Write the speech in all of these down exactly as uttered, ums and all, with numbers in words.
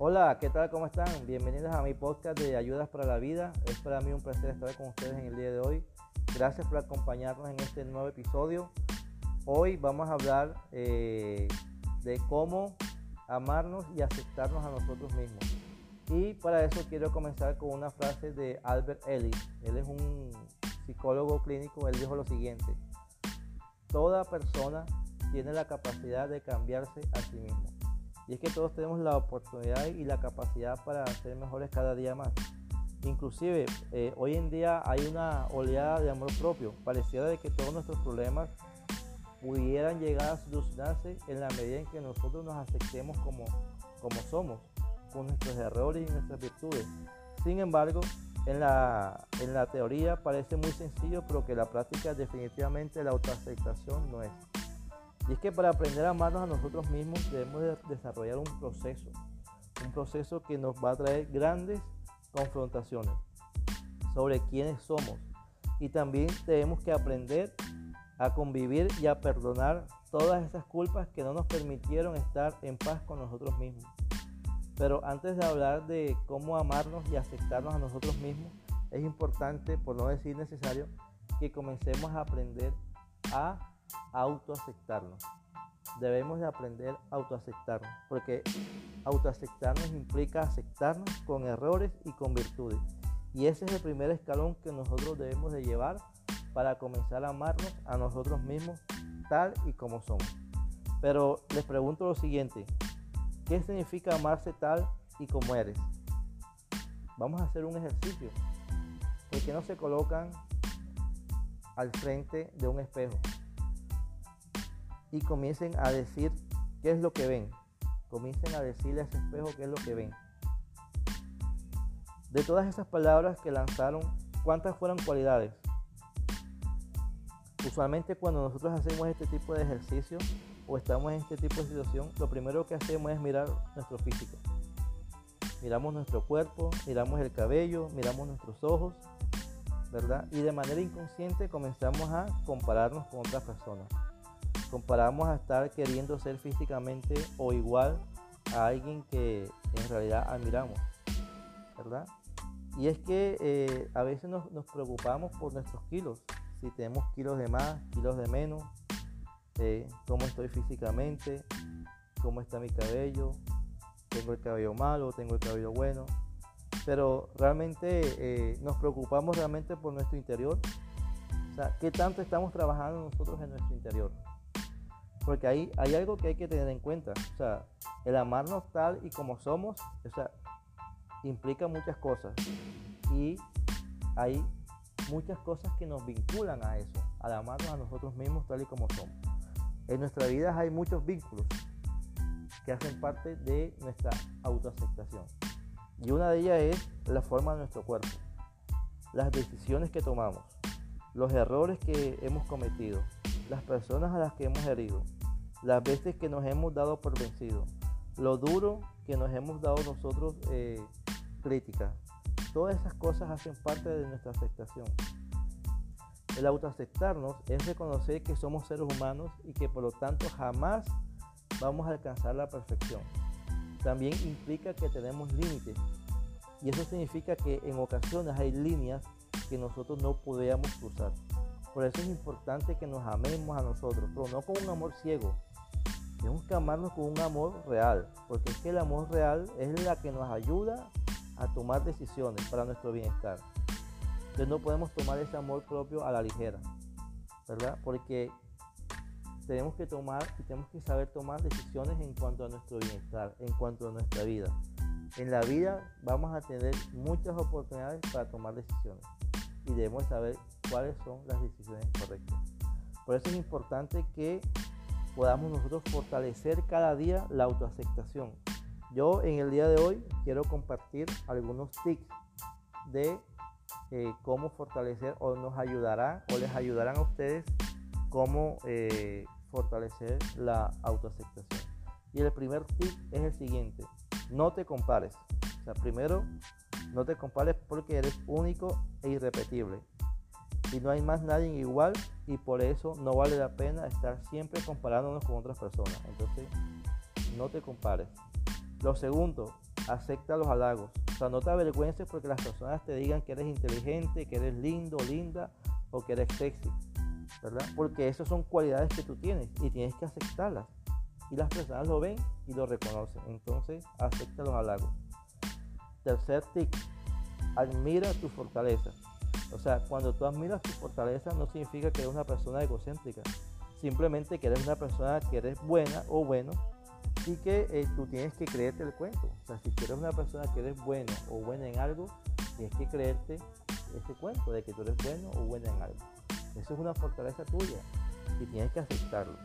Hola, ¿qué tal? ¿Cómo están? Bienvenidos a mi podcast de Ayudas para la Vida. Es para mí un placer estar con ustedes en el día de hoy. Gracias por acompañarnos en este nuevo episodio. Hoy vamos a hablar eh, de cómo amarnos y aceptarnos a nosotros mismos. Y para eso quiero comenzar con una frase de Albert Ellis. Él es un psicólogo clínico. Él dijo lo siguiente: toda persona tiene la capacidad de cambiarse a sí mismo. Y es que todos tenemos la oportunidad y la capacidad para ser mejores cada día más. Inclusive, eh, hoy en día hay una oleada de amor propio. Pareciera de que todos nuestros problemas pudieran llegar a solucionarse en la medida en que nosotros nos aceptemos como, como somos, con nuestros errores y nuestras virtudes. Sin embargo, en la, en la teoría parece muy sencillo, pero que la práctica definitivamente la autoaceptación no es. Y es que para aprender a amarnos a nosotros mismos debemos de desarrollar un proceso, un proceso que nos va a traer grandes confrontaciones sobre quiénes somos. Y también tenemos que aprender a convivir y a perdonar todas esas culpas que no nos permitieron estar en paz con nosotros mismos. Pero antes de hablar de cómo amarnos y aceptarnos a nosotros mismos, es importante, por no decir necesario, que comencemos a aprender a autoaceptarnos. Debemos de aprender a autoaceptarnos, porque autoaceptarnos implica aceptarnos con errores y con virtudes. Y ese es el primer escalón que nosotros debemos de llevar para comenzar a amarnos a nosotros mismos tal y como somos. Pero les pregunto lo siguiente: ¿qué significa amarse tal y como eres? Vamos a hacer un ejercicio. ¿Por qué no se colocan al frente de un espejo y comiencen a decir qué es lo que ven? Comiencen a decirle a ese espejo qué es lo que ven. De todas esas palabras que lanzaron, ¿cuántas fueron cualidades? Usualmente cuando nosotros hacemos este tipo de ejercicio o estamos en este tipo de situación, lo primero que hacemos es mirar nuestro físico. Miramos nuestro cuerpo, miramos el cabello, miramos nuestros ojos, ¿verdad? Y de manera inconsciente comenzamos a compararnos con otras personas. Comparamos a estar queriendo ser físicamente o igual a alguien que en realidad admiramos, ¿verdad? Y es que eh, a veces nos, nos preocupamos por nuestros kilos. Si tenemos kilos de más, kilos de menos, eh, cómo estoy físicamente, cómo está mi cabello, tengo el cabello malo, tengo el cabello bueno. Pero realmente eh, nos preocupamos realmente por nuestro interior. O sea, ¿qué tanto estamos trabajando nosotros en nuestro interior? Porque ahí hay algo que hay que tener en cuenta. O sea, el amarnos tal y como somos, o sea, implica muchas cosas. Y hay muchas cosas que nos vinculan a eso, al amarnos a nosotros mismos tal y como somos. En nuestra vida hay muchos vínculos que hacen parte de nuestra autoaceptación. Y una de ellas es la forma de nuestro cuerpo, las decisiones que tomamos, los errores que hemos cometido, las personas a las que hemos herido, las veces que nos hemos dado por vencidos, lo duro que nos hemos dado nosotros eh, crítica. Todas esas cosas hacen parte de nuestra aceptación. El autoaceptarnos es reconocer que somos seres humanos y que por lo tanto jamás vamos a alcanzar la perfección. También implica que tenemos límites, y eso significa que en ocasiones hay líneas que nosotros no podemos cruzar. Por eso es importante que nos amemos a nosotros, pero no con un amor ciego. Tenemos que amarnos con un amor real, porque es que el amor real es la que nos ayuda a tomar decisiones para nuestro bienestar. Entonces no podemos tomar ese amor propio a la ligera, ¿verdad? Porque tenemos que tomar y tenemos que saber tomar decisiones en cuanto a nuestro bienestar, en cuanto a nuestra vida. En la vida vamos a tener muchas oportunidades para tomar decisiones y debemos saber cuáles son las decisiones correctas. Por eso es importante que podamos nosotros fortalecer cada día la autoaceptación. Yo en el día de hoy quiero compartir algunos tips de eh, cómo fortalecer o nos ayudarán o les ayudarán a ustedes cómo eh, fortalecer la autoaceptación. Y el primer tip es el siguiente: no te compares. O sea, primero, no te compares porque eres único e irrepetible. Y no hay más nadie igual, y por eso no vale la pena estar siempre comparándonos con otras personas. Entonces, no te compares. Lo segundo, acepta los halagos. O sea, no te avergüences porque las personas te digan que eres inteligente, que eres lindo, linda o que eres sexy, ¿verdad? Porque esas son cualidades que tú tienes y tienes que aceptarlas. Y las personas lo ven y lo reconocen. Entonces, acepta los halagos. Tercer tip, admira tu fortaleza. O sea, cuando tú admiras tu fortaleza no significa que eres una persona egocéntrica. Simplemente que eres una persona que eres buena o bueno y que eh, tú tienes que creerte el cuento. O sea, si tú eres una persona que eres bueno o buena en algo, tienes que creerte ese cuento de que tú eres bueno o buena en algo. Eso es una fortaleza tuya y tienes que aceptarlo.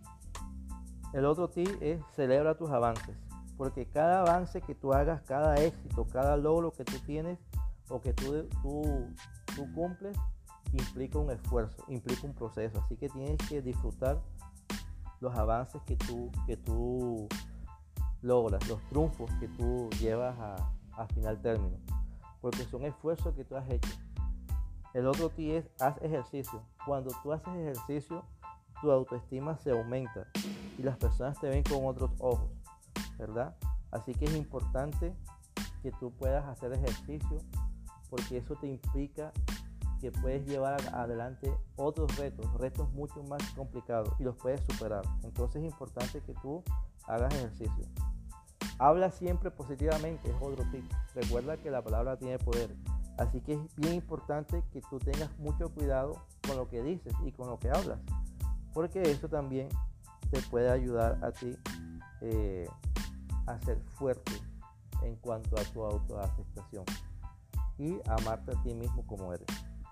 El otro tip es celebra tus avances, porque cada avance que tú hagas, cada éxito, cada logro que tú tienes o que tú, tú, tú cumples, implica un esfuerzo, implica un proceso. Así que tienes que disfrutar los avances que tú, que tú logras, los triunfos que tú llevas a, a final término, porque son esfuerzos que tú has hecho. El otro tip es haz ejercicio. Cuando tú haces ejercicio, tu autoestima se aumenta y las personas te ven con otros ojos, ¿verdad? Así que es importante que tú puedas hacer ejercicio porque eso te implica que puedes llevar adelante otros retos, retos mucho más complicados y los puedes superar. Entonces es importante que tú hagas ejercicio. Habla siempre positivamente, es otro tip. Recuerda que la palabra tiene poder. Así que es bien importante que tú tengas mucho cuidado con lo que dices y con lo que hablas, porque eso también te puede ayudar a ti eh, a ser fuerte en cuanto a tu autoaceptación y amarte a ti mismo como eres.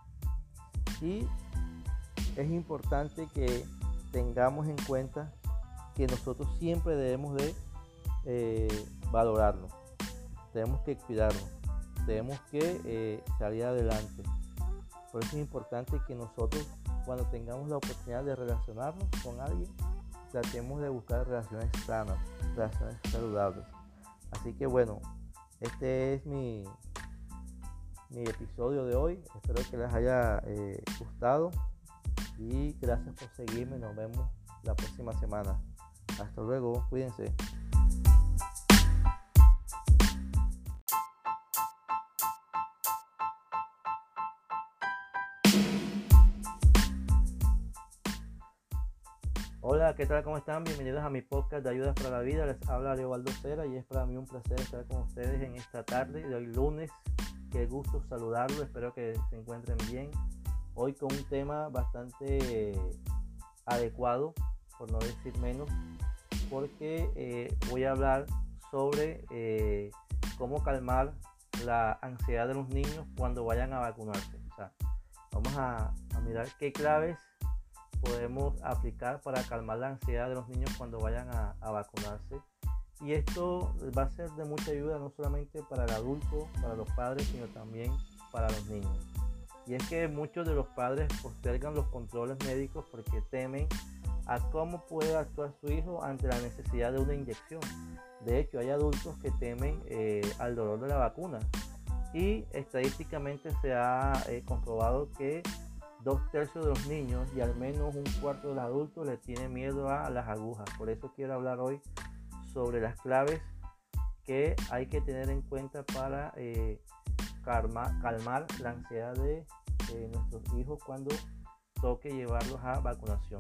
Y es importante que tengamos en cuenta que nosotros siempre debemos de eh, valorarnos, tenemos que cuidarnos, tenemos que eh, salir adelante. Por eso es importante que nosotros, cuando tengamos la oportunidad de relacionarnos con alguien, tratemos de buscar relaciones sanas, relaciones saludables. Así que bueno, este es mi, mi episodio de hoy. Espero que les haya eh, gustado y gracias por seguirme. Nos vemos la próxima semana. Hasta luego, cuídense. Hola, ¿qué tal? ¿Cómo están? Bienvenidos a mi podcast de Ayudas para la Vida. Les habla Leobaldo Cera y es para mí un placer estar con ustedes en esta tarde de hoy lunes. Qué gusto saludarlos, espero que se encuentren bien. Hoy con un tema bastante eh, adecuado, por no decir menos, porque eh, voy a hablar sobre eh, cómo calmar la ansiedad de los niños cuando vayan a vacunarse. O sea, vamos a, a mirar qué claves podemos aplicar para calmar la ansiedad de los niños cuando vayan a, a vacunarse. Y esto va a ser de mucha ayuda no solamente para el adulto, para los padres, sino también para los niños. Y es que muchos de los padres postergan los controles médicos porque temen a cómo puede actuar su hijo ante la necesidad de una inyección. De hecho, hay adultos que temen eh, al dolor de la vacuna. Y estadísticamente se ha eh, comprobado que dos tercios de los niños y al menos un cuarto de los adultos le tiene miedo a las agujas. Por eso quiero hablar hoy sobre las claves que hay que tener en cuenta para eh, calma, calmar la ansiedad de eh, nuestros hijos cuando toque llevarlos a vacunación.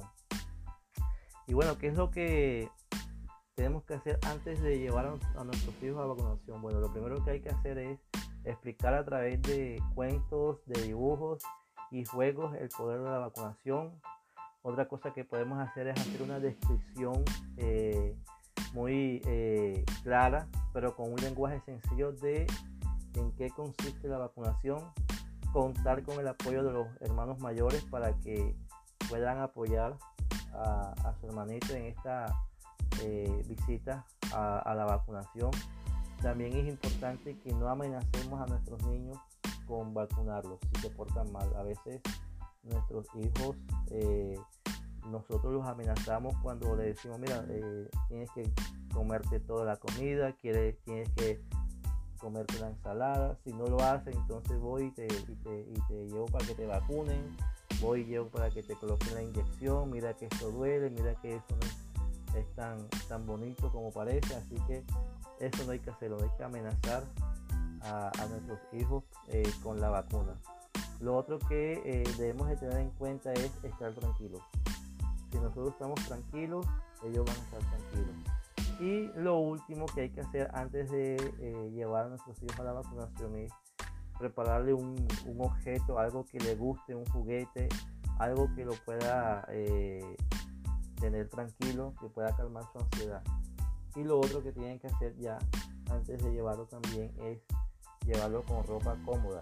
Y bueno, ¿qué es lo que tenemos que hacer antes de llevar a, a nuestros hijos a vacunación? Bueno, lo primero que hay que hacer es explicar a través de cuentos, de dibujos y juegos el poder de la vacunación. Otra cosa que podemos hacer es hacer una descripción eh, muy eh, clara, pero con un lenguaje sencillo de en qué consiste la vacunación. Contar con el apoyo de los hermanos mayores para que puedan apoyar a, a su hermanito en esta eh, visita a, a la vacunación. También es importante que no amenacemos a nuestros niños con vacunarlos si se portan mal. A veces nuestros hijos eh, nosotros los amenazamos cuando le decimos mira eh, tienes que comerte toda la comida, quieres, tienes que comerte la ensalada, si no lo haces entonces voy y te, y, te, y te llevo para que te vacunen, voy y llevo para que te coloquen la inyección, mira que esto duele, mira que eso no es, es tan, tan bonito como parece. Así que eso no hay que hacerlo, no hay que amenazar a, a nuestros hijos eh, con la vacuna. Lo otro que eh, debemos de tener en cuenta es estar tranquilos. Si nosotros estamos tranquilos, ellos van a estar tranquilos. Y lo último que hay que hacer antes de eh, llevar a nuestros hijos a la vacunación es prepararle un, un objeto, algo que le guste, un juguete, algo que lo pueda eh, tener tranquilo, que pueda calmar su ansiedad. Y lo otro que tienen que hacer ya antes de llevarlo también es llevarlo con ropa cómoda,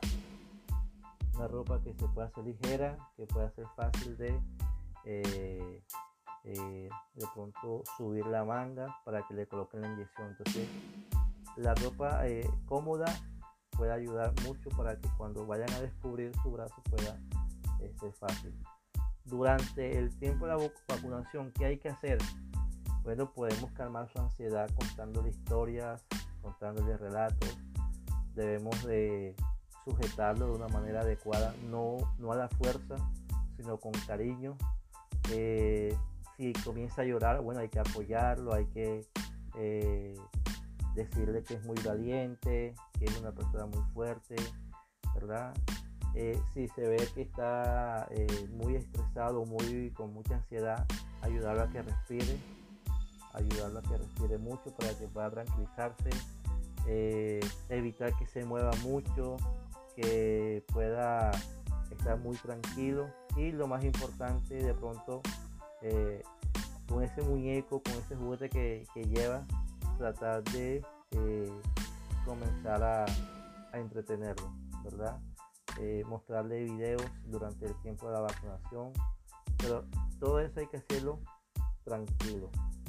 una ropa que se pueda hacer ligera, que pueda ser fácil de eh, eh, de pronto subir la manga para que le coloquen la inyección. Entonces la ropa eh, cómoda puede ayudar mucho para que cuando vayan a descubrir su brazo pueda eh, ser fácil. Durante el tiempo de la vacunación, ¿qué hay que hacer? Bueno, podemos calmar su ansiedad contándole historias, contándole relatos. Debemos de sujetarlo de una manera adecuada, no, no a la fuerza, sino con cariño. Eh, si comienza a llorar, bueno, hay que apoyarlo, hay que eh, decirle que es muy valiente, que es una persona muy fuerte, ¿verdad? Eh, si se ve que está eh, muy estresado, muy, con mucha ansiedad, ayudarlo a que respire, ayudarlo a que respire mucho para que pueda tranquilizarse, eh, evitar que se mueva mucho, que pueda estar muy tranquilo. Y lo más importante, de pronto eh, con ese muñeco, con ese juguete que, que lleva, tratar de eh, comenzar a, a entretenerlo, ¿verdad? Eh, mostrarle videos durante el tiempo de la vacunación, pero todo eso hay que hacerlo tranquilo.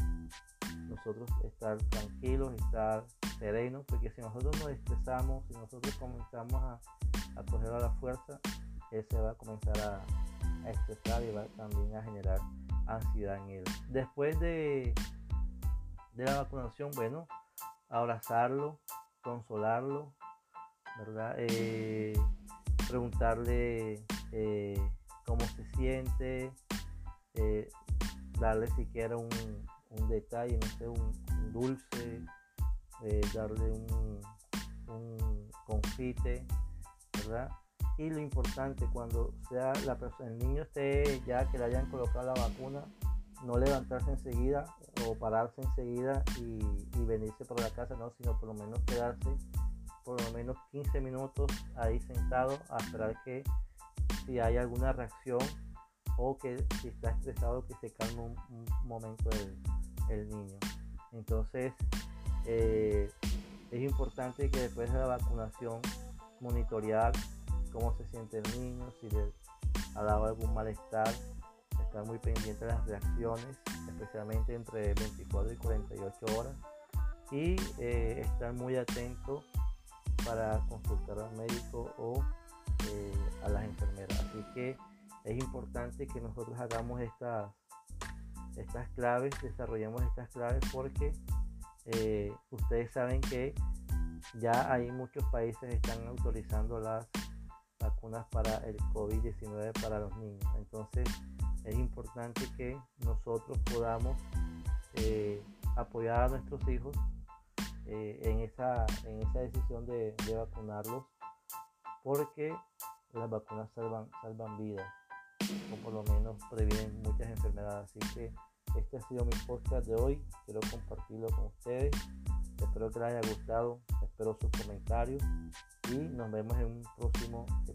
Nosotros estar tranquilos, estar serenos, porque si nosotros nos estresamos, si nosotros comenzamos a, a coger a la fuerza, él se va a comenzar a, a estresar y va también a generar ansiedad en él. Después de, de la vacunación, bueno, abrazarlo, consolarlo, ¿verdad? Eh, preguntarle eh, cómo se siente, eh, darle siquiera un, un detalle, no sé, un, un dulce, eh, darle un, un confite, ¿verdad? Y lo importante, cuando sea la persona, el niño esté ya que le hayan colocado la vacuna, no levantarse enseguida o pararse enseguida y, y venirse por la casa, no, sino por lo menos quedarse por lo menos quince minutos ahí sentado a esperar que si hay alguna reacción o que si está estresado, que se calme un, un momento el, el niño. Entonces eh, es importante que después de la vacunación monitorear cómo se siente el niño, si le ha dado algún malestar, estar muy pendiente de las reacciones, especialmente entre veinticuatro y cuarenta y ocho horas, y eh, estar muy atento para consultar al médico o eh, a las enfermeras. Así que es importante que nosotros hagamos estas, estas claves, desarrollemos estas claves, porque eh, ustedes saben que ya hay muchos países que están autorizando las vacunas para el covid diecinueve para los niños. Entonces es importante que nosotros podamos eh, apoyar a nuestros hijos eh, en, esa, en esa decisión de, de vacunarlos, porque las vacunas salvan, salvan vidas, o por lo menos previenen muchas enfermedades. Así que este ha sido mi podcast de hoy, quiero compartirlo con ustedes, espero que les haya gustado, espero sus comentarios y nos vemos en un próximo episodio.